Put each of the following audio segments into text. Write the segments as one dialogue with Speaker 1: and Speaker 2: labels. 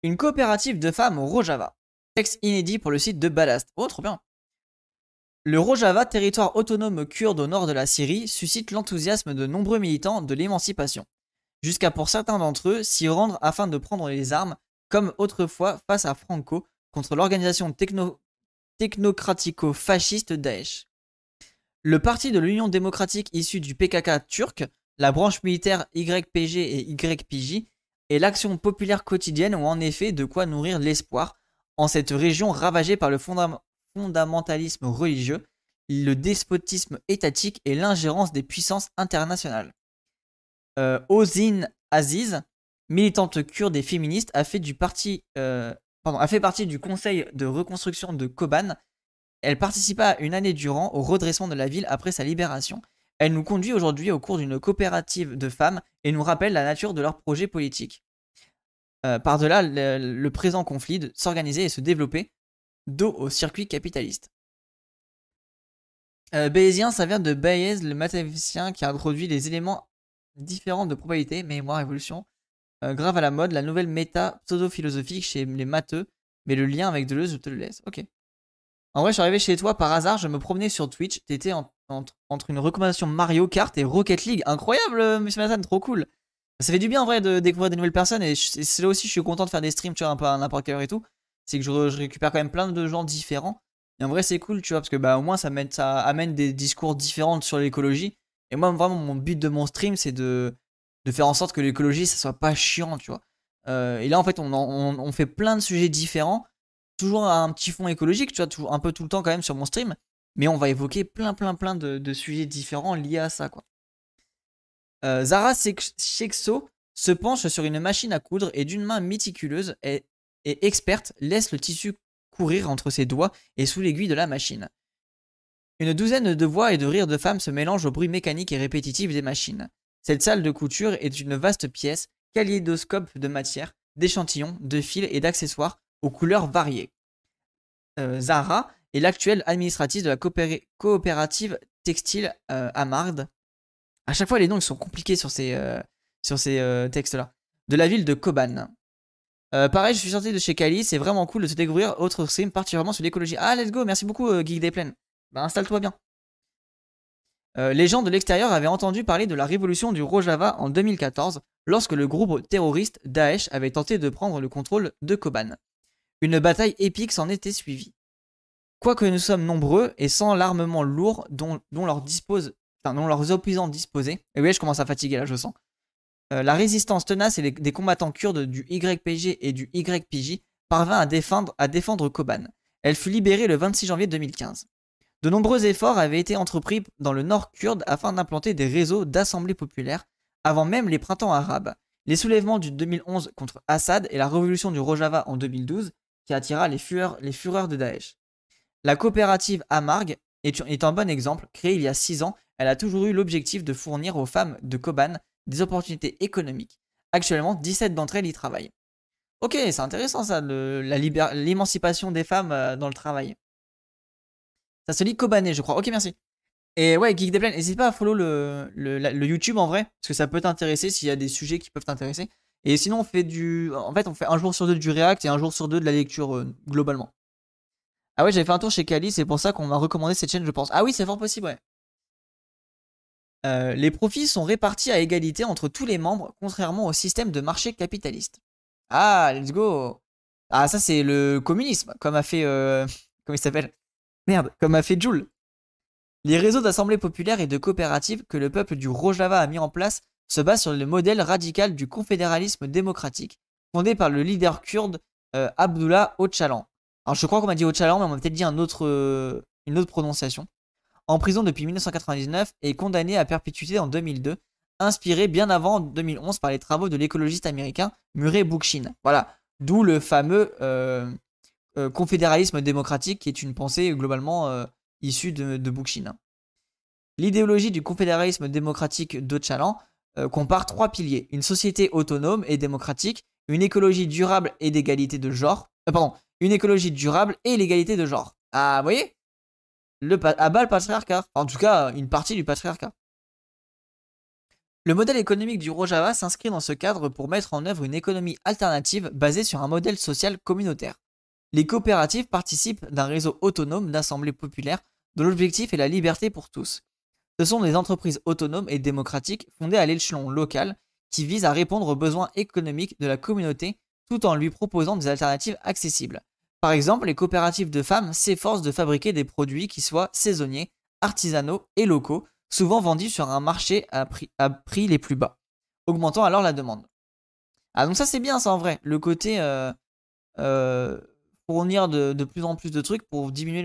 Speaker 1: Une coopérative de femmes au Rojava. Texte inédit pour le site de Ballast. Oh, trop bien. Le Rojava, territoire autonome kurde au nord de la Syrie, suscite l'enthousiasme de nombreux militants de l'émancipation, jusqu'à pour certains d'entre eux s'y rendre afin de prendre les armes, comme autrefois face à Franco, contre l'organisation technocratico-fasciste Daesh. Le parti de l'Union démocratique issu du PKK turc, la branche militaire YPG et YPJ, et l'action populaire quotidienne ont en effet de quoi nourrir l'espoir en cette région ravagée par le fondamentalisme religieux, le despotisme étatique et l'ingérence des puissances internationales. Ozin Aziz, militante kurde et féministe, a fait partie du conseil de reconstruction de Koban. Elle participa une année durant au redressement de la ville après sa libération. Elle nous conduit aujourd'hui au cours d'une coopérative de femmes et nous rappelle la nature de leur projet politique. Par-delà le présent conflit, de s'organiser et se développer dos au circuit capitaliste. Bayésien, ça vient de Bayes, le mathématicien qui a introduit les éléments différents de probabilité, mémoire, évolution, grave à la mode, la nouvelle méta pseudo-philosophique chez les matheux, mais le lien avec Deleuze, je te le laisse. Ok. En vrai, je suis arrivé chez toi par hasard, je me promenais sur Twitch, t'étais entre une recommandation Mario Kart et Rocket League. Incroyable, monsieur Nathan, trop cool. Ça fait du bien en vrai de découvrir des nouvelles personnes et c'est là aussi je suis content de faire des streams, tu vois, un peu à n'importe quelle heure et tout. C'est que je récupère quand même plein de gens différents. Et en vrai, c'est cool, tu vois, parce que bah au moins ça amène des discours différents sur l'écologie. Et moi, vraiment, mon but de mon stream, c'est de faire en sorte que l'écologie, ça soit pas chiant, tu vois. Et là, en fait, on fait plein de sujets différents. Toujours un petit fond écologique, tu vois, un peu tout le temps quand même sur mon stream. Mais on va évoquer plein de sujets différents liés à ça, quoi. Zara Shekso se penche sur une machine à coudre et d'une main méticuleuse et experte laisse le tissu courir entre ses doigts et sous l'aiguille de la machine. Une douzaine de voix et de rires de femmes se mélangent au bruit mécanique et répétitif des machines. Cette salle de couture est une vaste pièce, kaléidoscope de matière, d'échantillons, de fils et d'accessoires aux couleurs variées. Zara est l'actuelle administratrice de la coopérative textile à Marde. À chaque fois, les noms ils sont compliqués sur ces textes-là. De la ville de Koban. Pareil, je suis sorti de chez Kali, c'est vraiment cool de se découvrir autre stream, particulièrement sur l'écologie. Ah, let's go, merci beaucoup, Geek des Plaines. Bah, installe-toi bien. Les gens de l'extérieur avaient entendu parler de la révolution du Rojava en 2014, lorsque le groupe terroriste Daesh avait tenté de prendre le contrôle de Koban. Une bataille épique s'en était suivie. Quoique nous sommes nombreux et sans l'armement lourd dont leurs opposants disposaient, et oui, je commence à fatiguer là, je sens. La résistance tenace et des combattants kurdes du YPG et du YPJ parvint à défendre Koban. Elle fut libérée le 26 janvier 2015. De nombreux efforts avaient été entrepris dans le nord kurde afin d'implanter des réseaux d'assemblées populaires avant même les printemps arabes, les soulèvements du 2011 contre Assad et la révolution du Rojava en 2012 qui attira les fureurs de Daesh. La coopérative Amarg est un bon exemple. Créée il y a 6 ans, elle a toujours eu l'objectif de fournir aux femmes de Koban des opportunités économiques. Actuellement, 17 d'entre elles y travaillent. Ok, c'est intéressant ça, l'émancipation des femmes dans le travail. Ça se lit Kobané, je crois. Ok, merci. Et ouais, Geek des Plaines, n'hésite pas à follow le YouTube en vrai, parce que ça peut t'intéresser s'il y a des sujets qui peuvent t'intéresser. Et sinon, on fait un jour sur deux du React et un jour sur deux de la lecture globalement. Ah ouais, j'avais fait un tour chez Kali, c'est pour ça qu'on m'a recommandé cette chaîne, je pense. Ah oui, c'est fort possible, ouais. Les profits sont répartis à égalité entre tous les membres, contrairement au système de marché capitaliste. Ah, let's go. Ah, ça c'est le communisme, comme a fait... comment il s'appelle? Merde, comme a fait Joule. Les réseaux d'assemblées populaires et de coopératives que le peuple du Rojava a mis en place se basent sur le modèle radical du confédéralisme démocratique, fondé par le leader kurde Abdullah Öcalan. Alors je crois qu'on m'a dit Öcalan, mais on m'a peut-être dit une autre prononciation. En prison depuis 1999 et condamné à perpétuité en 2002, inspiré bien avant 2011 par les travaux de l'écologiste américain Murray Bookchin. Voilà, d'où le fameux confédéralisme démocratique qui est une pensée globalement issue de Bookchin. L'idéologie du confédéralisme démocratique d'Öcalan compare 3 piliers: une société autonome et démocratique, une écologie durable et d'égalité de genre. Une écologie durable et l'égalité de genre. Ah, vous voyez, à bas le patriarcat. En tout cas, une partie du patriarcat. Le modèle économique du Rojava s'inscrit dans ce cadre pour mettre en œuvre une économie alternative basée sur un modèle social communautaire. Les coopératives participent d'un réseau autonome d'assemblées populaires dont l'objectif est la liberté pour tous. Ce sont des entreprises autonomes et démocratiques fondées à l'échelon local qui visent à répondre aux besoins économiques de la communauté tout en lui proposant des alternatives accessibles. Par exemple, les coopératives de femmes s'efforcent de fabriquer des produits qui soient saisonniers, artisanaux et locaux, souvent vendus sur un marché à prix les plus bas, augmentant alors la demande. Ah donc ça c'est bien ça en vrai, le côté euh, fournir de plus en plus de trucs pour diminuer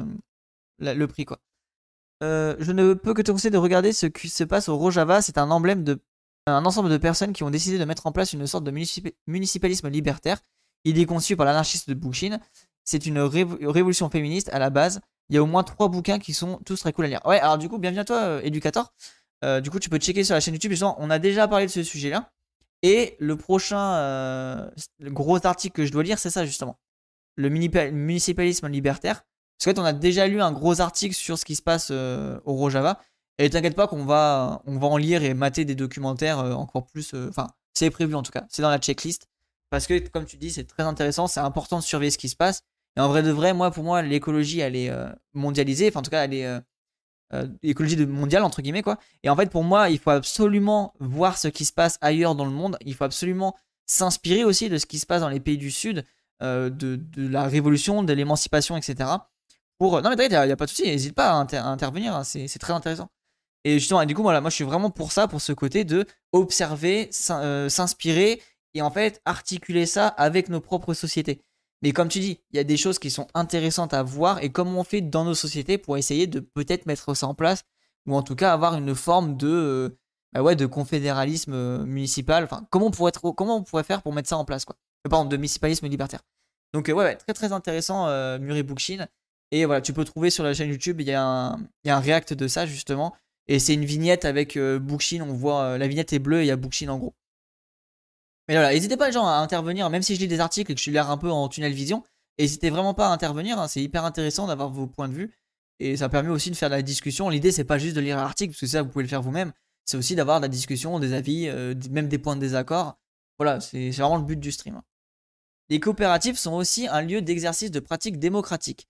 Speaker 1: le prix quoi. Je ne peux que te conseiller de regarder ce qui se passe au Rojava. C'est un emblème de un ensemble de personnes qui ont décidé de mettre en place une sorte de municipalisme libertaire. Il est conçu par l'anarchiste de Bookchin. C'est une révolution féministe à la base. Il y a au moins 3 bouquins qui sont tous très cool à lire. Ouais, alors du coup, bienvenue à toi, Educator. Du coup, tu peux checker sur la chaîne YouTube. Justement, on a déjà parlé de ce sujet-là. Et le prochain le gros article que je dois lire, c'est ça justement. Le municipalisme libertaire. Parce qu'en fait, on a déjà lu un gros article sur ce qui se passe au Rojava. Et t'inquiète pas qu'on va en lire et mater des documentaires encore plus. Enfin, c'est prévu en tout cas. C'est dans la checklist. Parce que, comme tu dis, c'est très intéressant. C'est important de surveiller ce qui se passe. Et en vrai de vrai, pour moi, l'écologie, elle est mondialisée. Enfin, en tout cas, elle est écologie mondiale, entre guillemets, quoi. Et en fait, pour moi, il faut absolument voir ce qui se passe ailleurs dans le monde. Il faut absolument s'inspirer aussi de ce qui se passe dans les pays du Sud, de la révolution, de l'émancipation, etc. Non, mais t'inquiète, il n'y a pas de souci, n'hésite pas à intervenir, hein, c'est très intéressant. Et justement, et du coup, voilà, moi je suis vraiment pour ça, pour ce côté de observer, s'inspirer et en fait articuler ça avec nos propres sociétés. Mais comme tu dis, il y a des choses qui sont intéressantes à voir et comment on fait dans nos sociétés pour essayer de peut-être mettre ça en place ou en tout cas avoir une forme bah ouais, de confédéralisme municipal. Enfin, comment on pourrait faire pour mettre ça en place, quoi. Pardon, de municipalisme libertaire. Donc, ouais, très très intéressant, Murray Bookchin. Et voilà, tu peux trouver sur la chaîne YouTube, il y a un react de ça justement. Et c'est une vignette avec Bookchin, on voit la vignette est bleue et il y a Bookchin en gros. Mais voilà, n'hésitez pas les gens à intervenir, même si je lis des articles et que je suis l'air un peu en tunnel vision, n'hésitez vraiment pas à intervenir, hein, c'est hyper intéressant d'avoir vos points de vue. Et ça permet aussi de faire de la discussion. L'idée c'est pas juste de lire l'article, parce que ça vous pouvez le faire vous-même, c'est aussi d'avoir de la discussion, des avis, même des points de désaccord. Voilà, c'est vraiment le but du stream, hein. Les coopératives sont aussi un lieu d'exercice de pratiques démocratiques,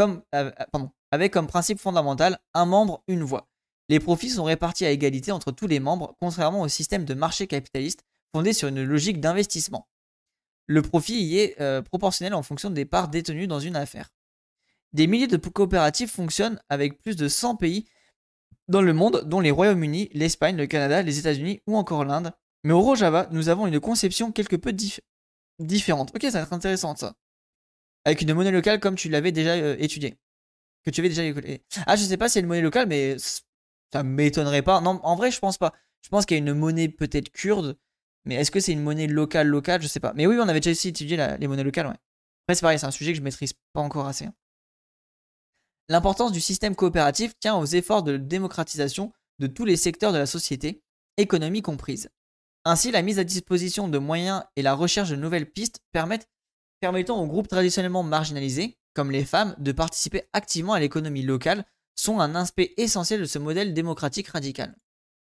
Speaker 1: avec comme principe fondamental un membre, une voix. Les profits sont répartis à égalité entre tous les membres, contrairement au système de marché capitaliste fondé sur une logique d'investissement. Le profit y est proportionnel en fonction des parts détenues dans une affaire. Des milliers de coopératives fonctionnent avec plus de 100 pays dans le monde, dont les Royaumes-Unis, l'Espagne, le Canada, les États-Unis ou encore l'Inde. Mais au Rojava, nous avons une conception quelque peu différente. Ok, ça va être intéressant ça. Avec une monnaie locale comme tu l'avais déjà étudié. Que tu avais déjà écouté. Ah, je sais pas si c'est une monnaie locale, mais ça m'étonnerait pas. Non, en vrai, je pense pas. Je pense qu'il y a une monnaie peut-être kurde, mais est-ce que c'est une monnaie locale, je sais pas. Mais oui, on avait déjà aussi étudié les monnaies locales, ouais. Après, c'est pareil, c'est un sujet que je maîtrise pas encore assez, hein. L'importance du système coopératif tient aux efforts de démocratisation de tous les secteurs de la société, économie comprise. Ainsi, la mise à disposition de moyens et la recherche de nouvelles pistes permettant aux groupes traditionnellement marginalisés, comme les femmes, de participer activement à l'économie locale, sont un aspect essentiel de ce modèle démocratique radical.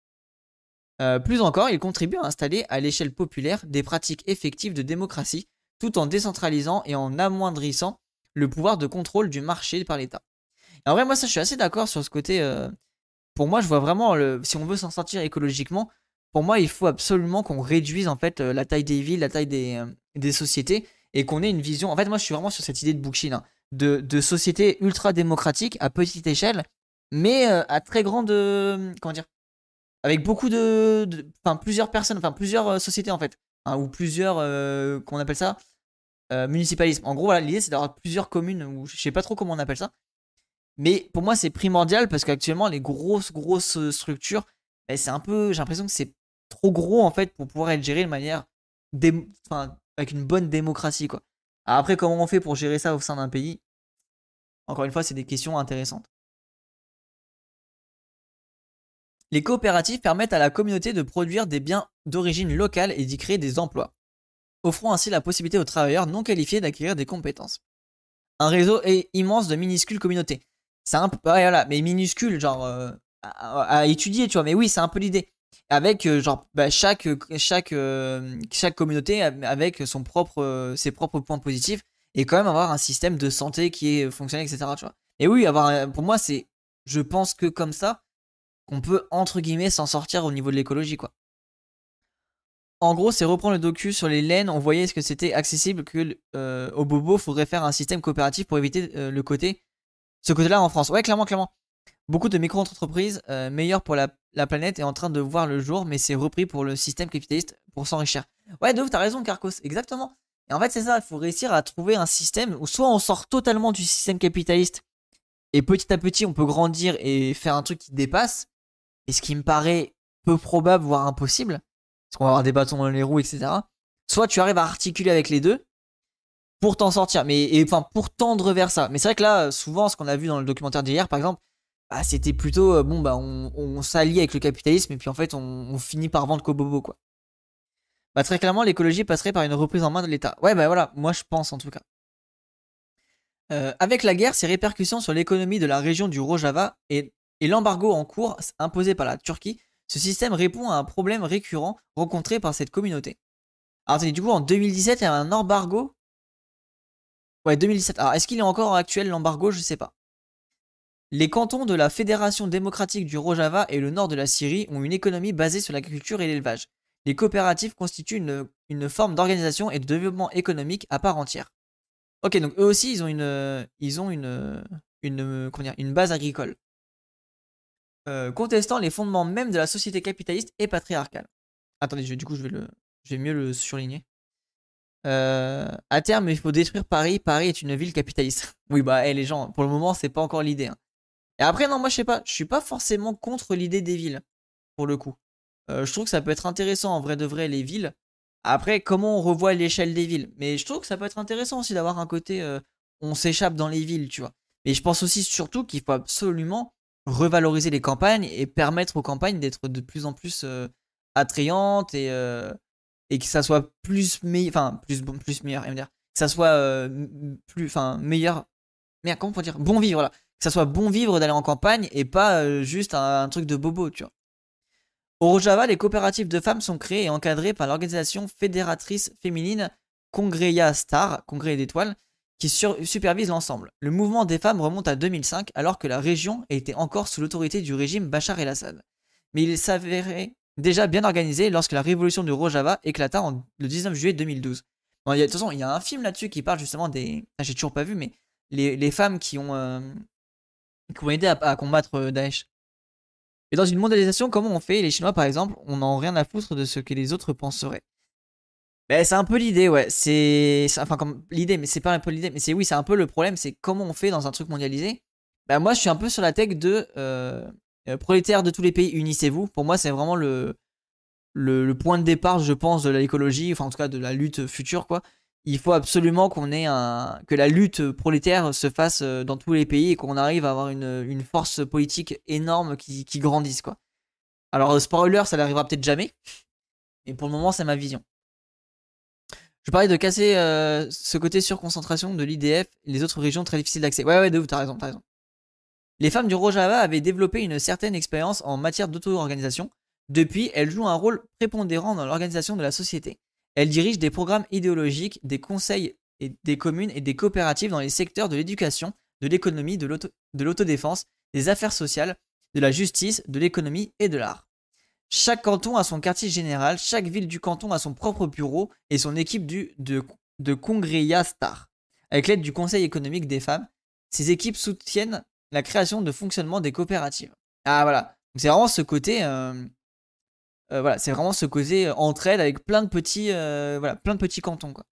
Speaker 1: Plus encore, il contribue à installer à l'échelle populaire des pratiques effectives de démocratie, tout en décentralisant et en amoindrissant le pouvoir de contrôle du marché par l'État. En vrai, moi, ça, je suis assez d'accord sur ce côté. Pour moi, je vois vraiment, si on veut s'en sortir écologiquement, pour moi, il faut absolument qu'on réduise en fait la taille des villes, la taille des sociétés, et qu'on ait une vision. En fait, moi, je suis vraiment sur cette idée de Bookchin, hein, de société ultra démocratique à petite échelle, mais à très grande, comment dire, avec beaucoup enfin plusieurs personnes, enfin plusieurs sociétés en fait, hein, ou plusieurs, qu'on appelle ça, municipalisme. En gros, voilà, l'idée c'est d'avoir plusieurs communes, ou je sais pas trop comment on appelle ça. Mais pour moi, c'est primordial parce qu'actuellement, les grosses structures, bah, c'est un peu. J'ai l'impression que c'est trop gros en fait pour pouvoir être géré de manière. Enfin, avec une bonne démocratie, quoi. Alors après, comment on fait pour gérer ça au sein d'un pays? Encore une fois, c'est des questions intéressantes. Les coopératives permettent à la communauté de produire des biens d'origine locale et d'y créer des emplois, offrant ainsi la possibilité aux travailleurs non qualifiés d'acquérir des compétences. Un réseau est immense de minuscules communautés. C'est un peu, ouais, voilà, mais minuscule, genre à étudier, tu vois. Mais oui, c'est un peu l'idée. avec genre chaque communauté avec ses propres points positifs et quand même avoir un système de santé qui est fonctionnel, etc. Tu vois. Et oui, pour moi, c'est, je pense que comme ça, qu'on peut entre guillemets s'en sortir au niveau de l'écologie, quoi. En gros, c'est reprendre le docu sur les laines. On voyait ce que c'était accessible que au bobo, faudrait faire un système coopératif pour éviter ce côté-là en France. Ouais, clairement, clairement. Beaucoup de micro-entreprises meilleures pour la planète est en train de voir le jour, mais c'est repris pour le système capitaliste pour s'enrichir. Ouais, de ouf, t'as raison, Carcos, exactement. Et en fait, c'est ça, il faut réussir à trouver un système où soit on sort totalement du système capitaliste et petit à petit on peut grandir et faire un truc qui dépasse, et ce qui me paraît peu probable, voire impossible, parce qu'on va avoir des bâtons dans les roues, etc. Soit tu arrives à articuler avec les deux pour t'en sortir, enfin pour tendre vers ça. Mais c'est vrai que là, souvent, ce qu'on a vu dans le documentaire d'hier, par exemple, bah, c'était plutôt bon bah on s'allie avec le capitalisme et puis en fait on finit par vendre Kobobo, quoi. Bah très clairement l'écologie passerait par une reprise en main de l'État. Ouais bah voilà, moi je pense en tout cas. Avec la guerre, ses répercussions sur l'économie de la région du Rojava et l'embargo en cours imposé par la Turquie, ce système répond à un problème récurrent rencontré par cette communauté. Alors attendez, du coup en 2017 il y a un embargo. Ouais, 2017. Alors est-ce qu'il est encore actuel l'embargo? Je sais pas. Les cantons de la Fédération démocratique du Rojava et le nord de la Syrie ont une économie basée sur l'agriculture et l'élevage. Les coopératives constituent une forme d'organisation et de développement économique à part entière. Ok, donc eux aussi, comment dire, une base agricole. Contestant les fondements même de la société capitaliste et patriarcale. Attendez, du coup, je vais mieux le surligner. À terme, il faut détruire Paris. Paris est une ville capitaliste. Oui, bah, les gens, pour le moment, c'est pas encore l'idée, hein. Et après, non, moi, je sais pas. Je suis pas forcément contre l'idée des villes, pour le coup. Je trouve que ça peut être intéressant, en vrai de vrai, les villes. Après, comment on revoit l'échelle des villes. Mais je trouve que ça peut être intéressant aussi d'avoir un côté on s'échappe dans les villes, tu vois. Mais je pense aussi, surtout, qu'il faut absolument revaloriser les campagnes et permettre aux campagnes d'être de plus en plus attrayantes et que ça soit plus meilleur. Enfin, plus meilleur, dire. Que ça soit meilleur. Merde, comment on peut dire bon vivre, là. Que ça soit bon vivre d'aller en campagne et pas juste un truc de bobo, tu vois. Au Rojava, les coopératives de femmes sont créées et encadrées par l'organisation fédératrice féminine Congreya Star, Congrès d'étoiles, qui supervise l'ensemble. Le mouvement des femmes remonte à 2005 alors que la région était encore sous l'autorité du régime Bachar el-Assad. Mais il s'avérait déjà bien organisé lorsque la révolution du Rojava éclata le 19 juillet 2012. Bon, de toute façon, il y a un film là-dessus qui parle justement des... J'ai toujours pas vu, mais les femmes qui ont aidé à combattre Daesh. Et dans une mondialisation, comment on fait? Les Chinois, par exemple, on n'en rien à foutre de ce que les autres penseraient. Ben, c'est un peu l'idée, ouais. Enfin, comme l'idée, mais c'est pas un peu l'idée. Mais c'est oui, c'est un peu le problème, c'est comment on fait dans un truc mondialisé. Ben, moi, je suis un peu sur la tech de prolétaires de tous les pays, unissez-vous. Pour moi, c'est vraiment le point de départ, je pense, de l'écologie, enfin, en tout cas, de la lutte future, quoi. Il faut absolument que la lutte prolétaire se fasse dans tous les pays et qu'on arrive à avoir une force politique énorme qui grandisse, quoi. Alors, spoiler, ça n'arrivera peut-être jamais, mais pour le moment, c'est ma vision. Je parlais de casser ce côté surconcentration de l'IDF et les autres régions très difficiles d'accès. Ouais, de ouf, t'as raison, t'as raison. Les femmes du Rojava avaient développé une certaine expérience en matière d'auto-organisation. Depuis, elles jouent un rôle prépondérant dans l'organisation de la société. Elles dirigent des programmes idéologiques, des conseils et des communes et des coopératives dans les secteurs de l'éducation, de l'économie, de l'autodéfense, des affaires sociales, de la justice, de l'économie et de l'art. Chaque canton a son quartier général, chaque ville du canton a son propre bureau et son équipe de Congreya Star. Avec l'aide du Conseil économique des femmes, ces équipes soutiennent la création de fonctionnement des coopératives. Ah voilà, c'est vraiment ce côté, voilà, c'est vraiment ce côté entraide avec plein de petits, voilà, plein de petits cantons, quoi.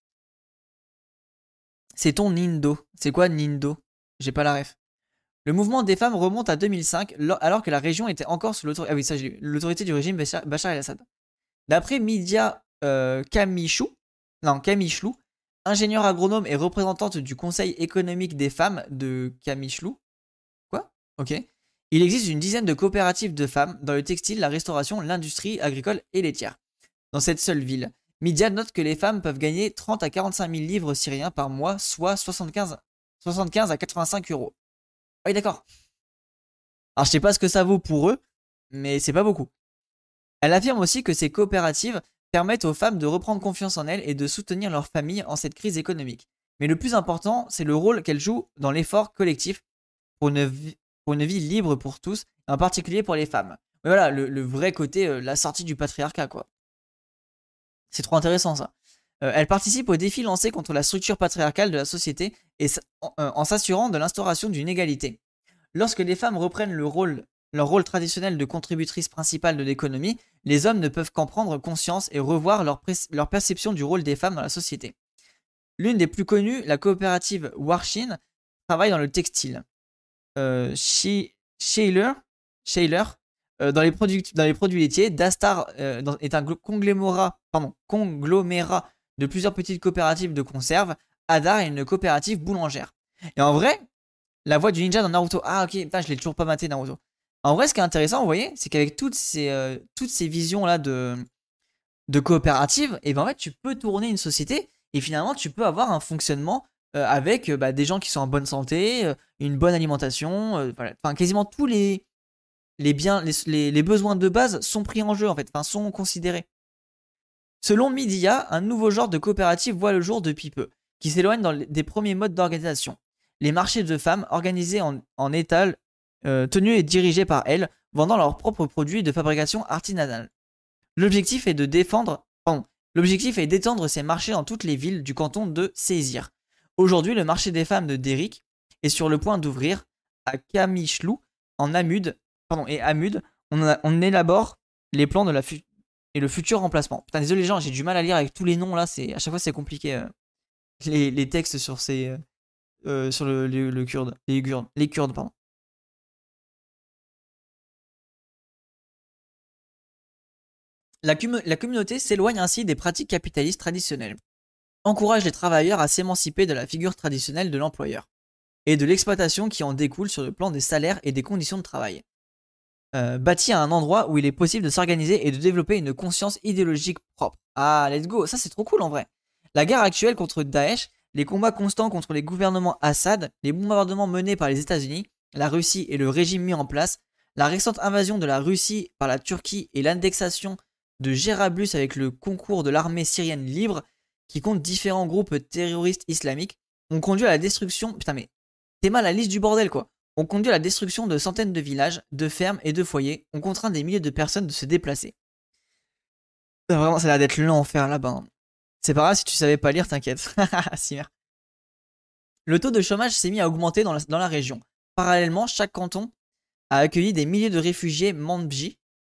Speaker 1: C'est ton Nindo. C'est quoi Nindo? J'ai pas la ref. Le mouvement des femmes remonte à 2005, alors que la région était encore sous l'autorité du régime Bachar el-Assad. D'après Midia Kamichlou, ingénieure agronome et représentante du Conseil économique des femmes de Kamichlou, quoi? Ok. Il existe une dizaine de coopératives de femmes dans le textile, la restauration, l'industrie agricole et laitière. Dans cette seule ville, Midia note que les femmes peuvent gagner 30 à 45 000 livres syriens par mois, soit 75 à 85 euros. Ah oui, d'accord. Alors, je sais pas ce que ça vaut pour eux, mais c'est pas beaucoup. Elle affirme aussi que ces coopératives permettent aux femmes de reprendre confiance en elles et de soutenir leur famille en cette crise économique. Mais le plus important, c'est le rôle qu'elles jouent dans l'effort collectif pour pour une vie libre pour tous, en particulier pour les femmes. Mais voilà, le vrai côté, la sortie du patriarcat, quoi. C'est trop intéressant, ça. Elle participe aux défis lancés contre la structure patriarcale de la société et en s'assurant de l'instauration d'une égalité. Lorsque les femmes reprennent leur rôle traditionnel de contributrice principale de l'économie, les hommes ne peuvent qu'en prendre conscience et revoir leur perception du rôle des femmes dans la société. L'une des plus connues, la coopérative Warshin, travaille dans le textile. Shaler, dans les produits laitiers, Dastar est un conglomérat de plusieurs petites coopératives de conserve. Hadar est une coopérative boulangère. Et en vrai, la voix du ninja dans Naruto. Ah ok, putain, je l'ai toujours pas maté Naruto. En vrai, ce qui est intéressant, vous voyez, c'est qu'avec toutes ces visions-là de coopérative, et ben en fait, tu peux tourner une société et finalement, tu peux avoir un fonctionnement avec des gens qui sont en bonne santé, une bonne alimentation, voilà. Enfin, quasiment tous les biens, les besoins de base sont pris en jeu en fait, enfin, sont considérés. Selon Midia, un nouveau genre de coopérative voit le jour depuis peu, qui s'éloigne des premiers modes d'organisation. Les marchés de femmes organisés en étal, tenus et dirigés par elles, vendant leurs propres produits de fabrication artisanale. L'objectif est d'étendre ces marchés dans toutes les villes du canton de Saisir. Aujourd'hui, le marché des femmes de Derrick est sur le point d'ouvrir à Kamichlou, en Amud, et Amud. On élabore les plans et le futur remplacement. Putain, désolé les gens, j'ai du mal à lire avec tous les noms là. À chaque fois c'est compliqué les textes sur sur le kurde, les Kurdes, pardon. La communauté s'éloigne ainsi des pratiques capitalistes traditionnelles, encourage les travailleurs à s'émanciper de la figure traditionnelle de l'employeur et de l'exploitation qui en découle sur le plan des salaires et des conditions de travail. Bâti à un endroit où il est possible de s'organiser et de développer une conscience idéologique propre. Ah, let's go, ça c'est trop cool en vrai. La guerre actuelle contre Daesh, les combats constants contre les gouvernements Assad, les bombardements menés par les États-Unis, la Russie et le régime mis en place, la récente invasion de la Russie par la Turquie et l'indexation de Gerablus avec le concours de l'armée syrienne libre, qui compte différents groupes terroristes islamiques, ont conduit à la destruction. Putain, mais t'es mal à la liste du bordel quoi. Ont conduit à la destruction de centaines de villages, de fermes et de foyers, ont contraint des milliers de personnes de se déplacer. Vraiment, ça a l'air d'être l'enfer là-bas. C'est pas grave, si tu savais pas lire, t'inquiète. Si, merde. Le taux de chômage s'est mis à augmenter dans la région. Parallèlement, chaque canton a accueilli des milliers de réfugiés Mambiche,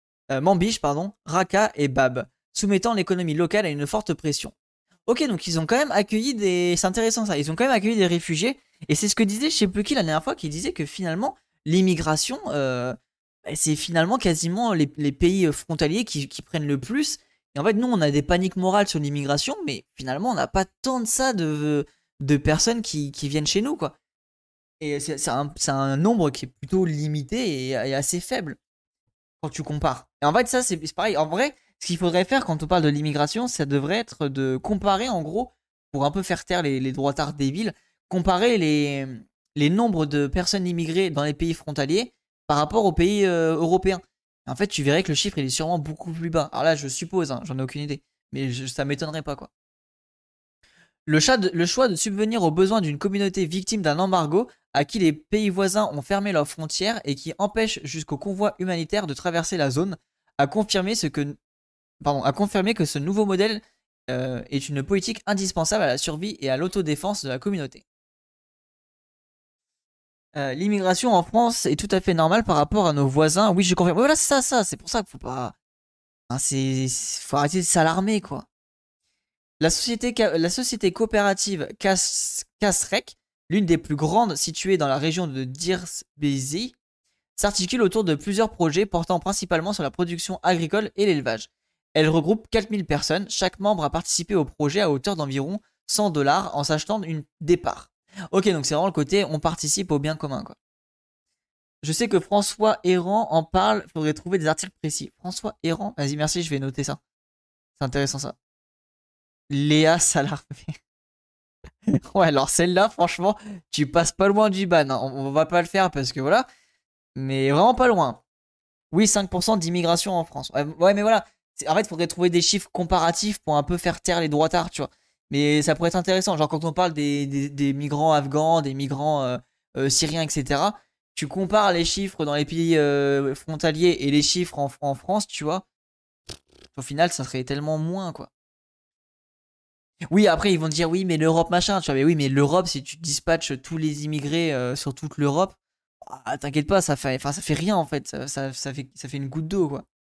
Speaker 1: Raqqa et Bab, soumettant l'économie locale à une forte pression. Ok, donc ils ont quand même accueilli des... C'est intéressant ça, ils ont quand même accueilli des réfugiés, et c'est ce que disait je sais plus qui la dernière fois, qui disait que finalement, l'immigration, c'est finalement quasiment les pays frontaliers qui prennent le plus. Et en fait, nous, on a des paniques morales sur l'immigration, mais finalement, on n'a pas tant de ça de personnes qui viennent chez nous, quoi. Et c'est un nombre qui est plutôt limité et assez faible quand tu compares. Et en fait, ça, c'est pareil. En vrai, ce qu'il faudrait faire quand on parle de l'immigration, ça devrait être de comparer, en gros, pour un peu faire taire les droitards des villes, comparer les nombres de personnes immigrées dans les pays frontaliers par rapport aux pays européens. En fait, tu verrais que le chiffre, il est sûrement beaucoup plus bas. Alors là, je suppose, hein, j'en ai aucune idée. Mais ça m'étonnerait pas, quoi. Le choix de subvenir aux besoins d'une communauté victime d'un embargo à qui les pays voisins ont fermé leurs frontières et qui empêche jusqu'au convoi humanitaire de traverser la zone a confirmé que ce nouveau modèle est une politique indispensable à la survie et à l'autodéfense de la communauté. L'immigration en France est tout à fait normale par rapport à nos voisins. Oui, je confirme. Voilà, c'est ça. C'est pour ça qu'il faut pas... Hein, faut arrêter de s'alarmer, quoi. La société coopérative Kasrek, l'une des plus grandes située dans la région de Dirbezi, s'articule autour de plusieurs projets portant principalement sur la production agricole et l'élevage. Elle regroupe 4000 personnes. Chaque membre a participé au projet à hauteur d'environ 100$ en s'achetant une départ. Ok, donc c'est vraiment le côté on participe au bien commun, quoi. Je sais que François Errand en parle. Il faudrait trouver des articles précis. François Errand, vas-y, merci, je vais noter ça. C'est intéressant ça. Léa Salarmé. Ouais, alors celle-là, franchement, tu passes pas loin du ban, hein. On va pas le faire parce que voilà. Mais vraiment pas loin. Oui, 5% d'immigration en France. Ouais, ouais, mais voilà. En fait, il faudrait trouver des chiffres comparatifs pour un peu faire taire les droitards, tu vois. Mais ça pourrait être intéressant. Genre, quand on parle des migrants afghans, des migrants syriens, etc., tu compares les chiffres dans les pays frontaliers et les chiffres en France, tu vois. Au final, ça serait tellement moins, quoi. Oui, après, ils vont te dire, oui, mais l'Europe, machin, tu vois. Mais oui, mais l'Europe, si tu dispatches tous les immigrés sur toute l'Europe, ah, t'inquiète pas, enfin, ça fait rien, en fait. Ça fait une goutte d'eau, quoi.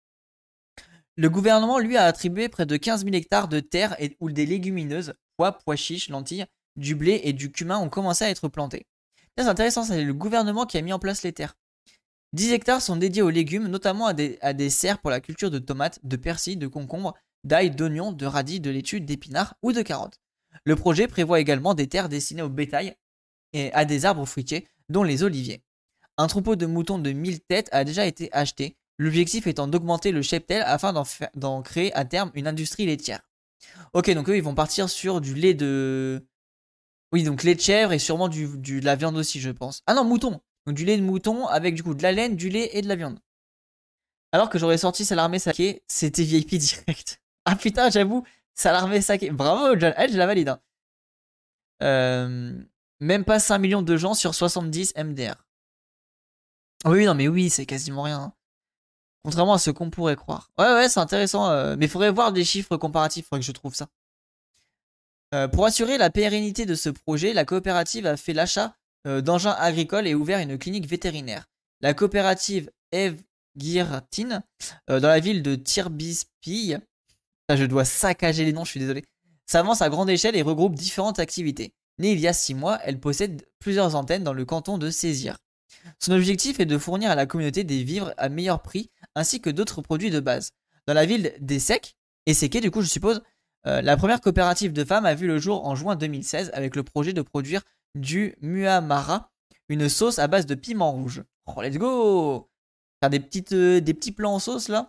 Speaker 1: Le gouvernement, lui, a attribué près de 15 000 hectares de terre où des légumineuses, pois chiches, lentilles, du blé et du cumin ont commencé à être plantés. C'est intéressant, c'est le gouvernement qui a mis en place les terres. 10 hectares sont dédiés aux légumes, notamment à des serres pour la culture de tomates, de persil, de concombres, d'ail, d'oignons, de radis, de laitue, d'épinards ou de carottes. Le projet prévoit également des terres destinées au bétail et à des arbres fruitiers, dont les oliviers. Un troupeau de moutons de 1000 têtes a déjà été acheté, l'objectif étant d'augmenter le cheptel afin d'en créer à terme une industrie laitière. Ok, donc eux, ils vont partir sur du lait de... Oui, donc lait de chèvre et sûrement de la viande aussi, je pense. Ah non, mouton. Donc du lait de mouton avec du coup de la laine, du lait et de la viande. Alors que j'aurais sorti Salarmé Saké, c'était VIP direct. Ah putain, j'avoue, Salarmé Saké. Bravo, John. Elle, je la valide. Hein. Euh, Même pas 5 millions de gens sur 70 MDR. Oui, non, mais oui, c'est quasiment rien. Hein. Contrairement à ce qu'on pourrait croire. Ouais, ouais, c'est intéressant. Mais il faudrait voir des chiffres comparatifs. Il faudrait que je trouve ça. Pour assurer la pérennité de ce projet, la coopérative a fait l'achat d'engins agricoles et ouvert une clinique vétérinaire. La coopérative Eve Girtin, dans la ville de Tirbispille, je dois saccager les noms, je suis désolé, s'avance à grande échelle et regroupe différentes activités. Née il y a 6 mois, elle possède plusieurs antennes dans le canton de Césire. Son objectif est de fournir à la communauté des vivres à meilleur prix ainsi que d'autres produits de base. Dans la ville d'Essek, Esseke du coup je suppose, la première coopérative de femmes a vu le jour en juin 2016 avec le projet de produire du muamara, une sauce à base de piment rouge. Oh let's go. Faire des petits plans en sauce là.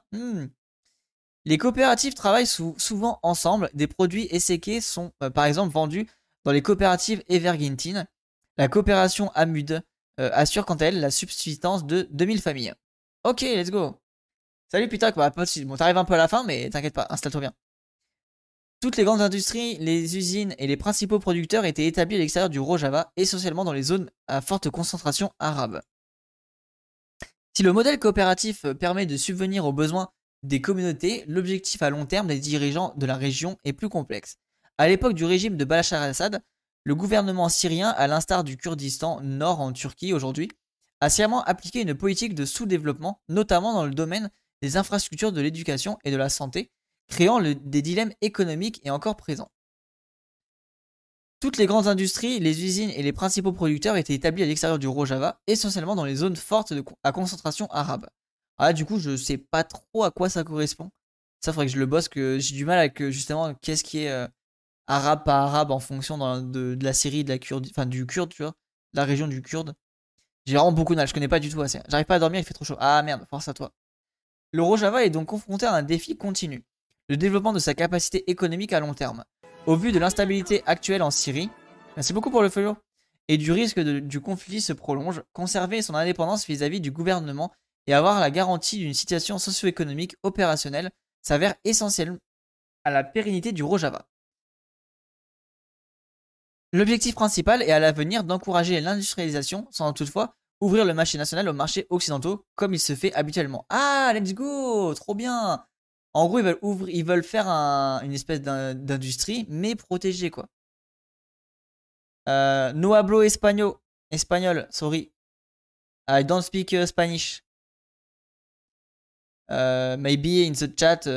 Speaker 1: Les coopératives travaillent souvent ensemble. Des produits Esseke sont par exemple vendus dans les coopératives Evergintin. La coopération Amud assure quant à elle la subsistance de 2000 familles. Ok, let's go. Salut putain, bah, bon, t'arrives un peu à la fin, mais t'inquiète pas, installe-toi bien. Toutes les grandes industries, les usines et les principaux producteurs étaient établis à l'extérieur du Rojava, essentiellement dans les zones à forte concentration arabe. Si le modèle coopératif permet de subvenir aux besoins des communautés, l'objectif à long terme des dirigeants de la région est plus complexe. À l'époque du régime de Bachar al-Assad, le gouvernement syrien, à l'instar du Kurdistan Nord en Turquie aujourd'hui, a sciemment appliqué une politique de sous-développement, notamment dans le domaine des infrastructures de l'éducation et de la santé, créant des dilemmes économiques et encore présents. Toutes les grandes industries, les usines et les principaux producteurs étaient établis à l'extérieur du Rojava, essentiellement dans les zones fortes à concentration arabe. Ah, du coup, je sais pas trop à quoi ça correspond. Ça, faudrait que je le bosse, que j'ai du mal avec justement qu'est-ce qui est arabe, pas arabe en fonction de la Syrie, de la Kurde, enfin du Kurde, tu vois, de la région du Kurde. J'ai vraiment beaucoup de mal, je connais pas du tout assez. J'arrive pas à dormir, il fait trop chaud. Ah merde, force à toi. Le Rojava est donc confronté à un défi continu, le développement de sa capacité économique à long terme. Au vu de l'instabilité actuelle en Syrie, merci beaucoup pour le follow, et du risque du conflit se prolonge, conserver son indépendance vis-à-vis du gouvernement et avoir la garantie d'une situation socio-économique opérationnelle s'avère essentiel à la pérennité du Rojava. L'objectif principal est à l'avenir d'encourager l'industrialisation sans toutefois ouvrir le marché national aux marchés occidentaux comme il se fait habituellement. Ah, let's go, trop bien. En gros, ils veulent faire une espèce d'industrie, mais protégée, quoi. No hablo espagnol, sorry. I don't speak Spanish. Maybe in the chat,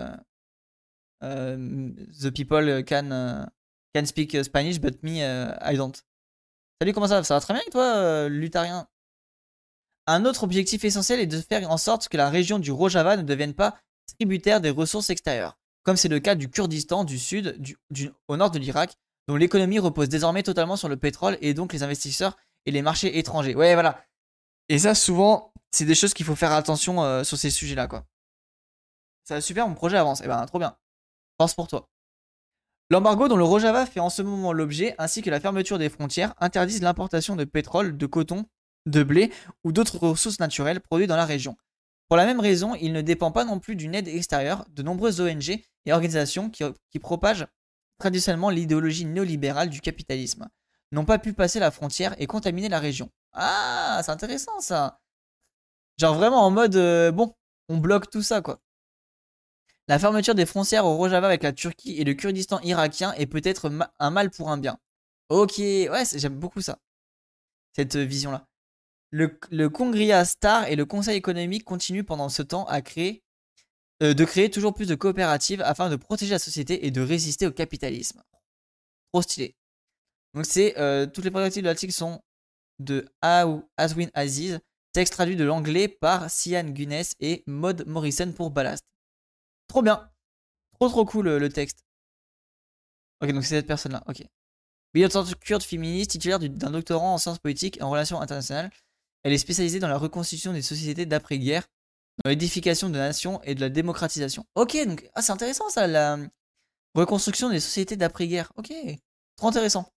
Speaker 1: the people can speak Spanish, but me, I don't. Salut, comment ça va? Ça va très bien avec toi, Lutarien? Un autre objectif essentiel est de faire en sorte que la région du Rojava ne devienne pas tributaire des ressources extérieures, comme c'est le cas du Kurdistan du sud, au nord de l'Irak, dont l'économie repose désormais totalement sur le pétrole et donc les investisseurs et les marchés étrangers. Ouais, voilà. Et ça, souvent, c'est des choses qu'il faut faire attention sur ces sujets-là, quoi. Ça va super, mon projet avance. Eh ben, trop bien. Force pour toi. L'embargo dont le Rojava fait en ce moment l'objet, ainsi que la fermeture des frontières, interdisent l'importation de pétrole, de coton, de blé ou d'autres ressources naturelles produites dans la région. Pour la même raison, il ne dépend pas non plus d'une aide extérieure. De nombreuses ONG et organisations qui propagent traditionnellement l'idéologie néolibérale du capitalisme n'ont pas pu passer la frontière et contaminer la région. Ah, c'est intéressant ça. Genre vraiment en mode, bon, on bloque tout ça quoi. La fermeture des frontières au Rojava avec la Turquie et le Kurdistan irakien est peut-être un mal pour un bien. Ok, ouais, j'aime beaucoup ça, cette vision-là. Le Congria Star et le Conseil économique continuent pendant ce temps de créer toujours plus de coopératives afin de protéger la société et de résister au capitalisme. Trop stylé. Donc c'est toutes les prérogatives de l'article sont de Aswin Aziz, texte traduit de l'anglais par Sian Guinness et Maud Morrison pour Ballast. Trop bien. Trop cool le texte. Ok, donc c'est cette personne-là. Ok. Militante kurde féministe, titulaire d'un doctorat en sciences politiques et en relations internationales. Elle est spécialisée dans la reconstitution des sociétés d'après-guerre, dans l'édification de nations et de la démocratisation. Ok, donc c'est intéressant ça, la reconstruction des sociétés d'après-guerre. Ok, trop intéressant.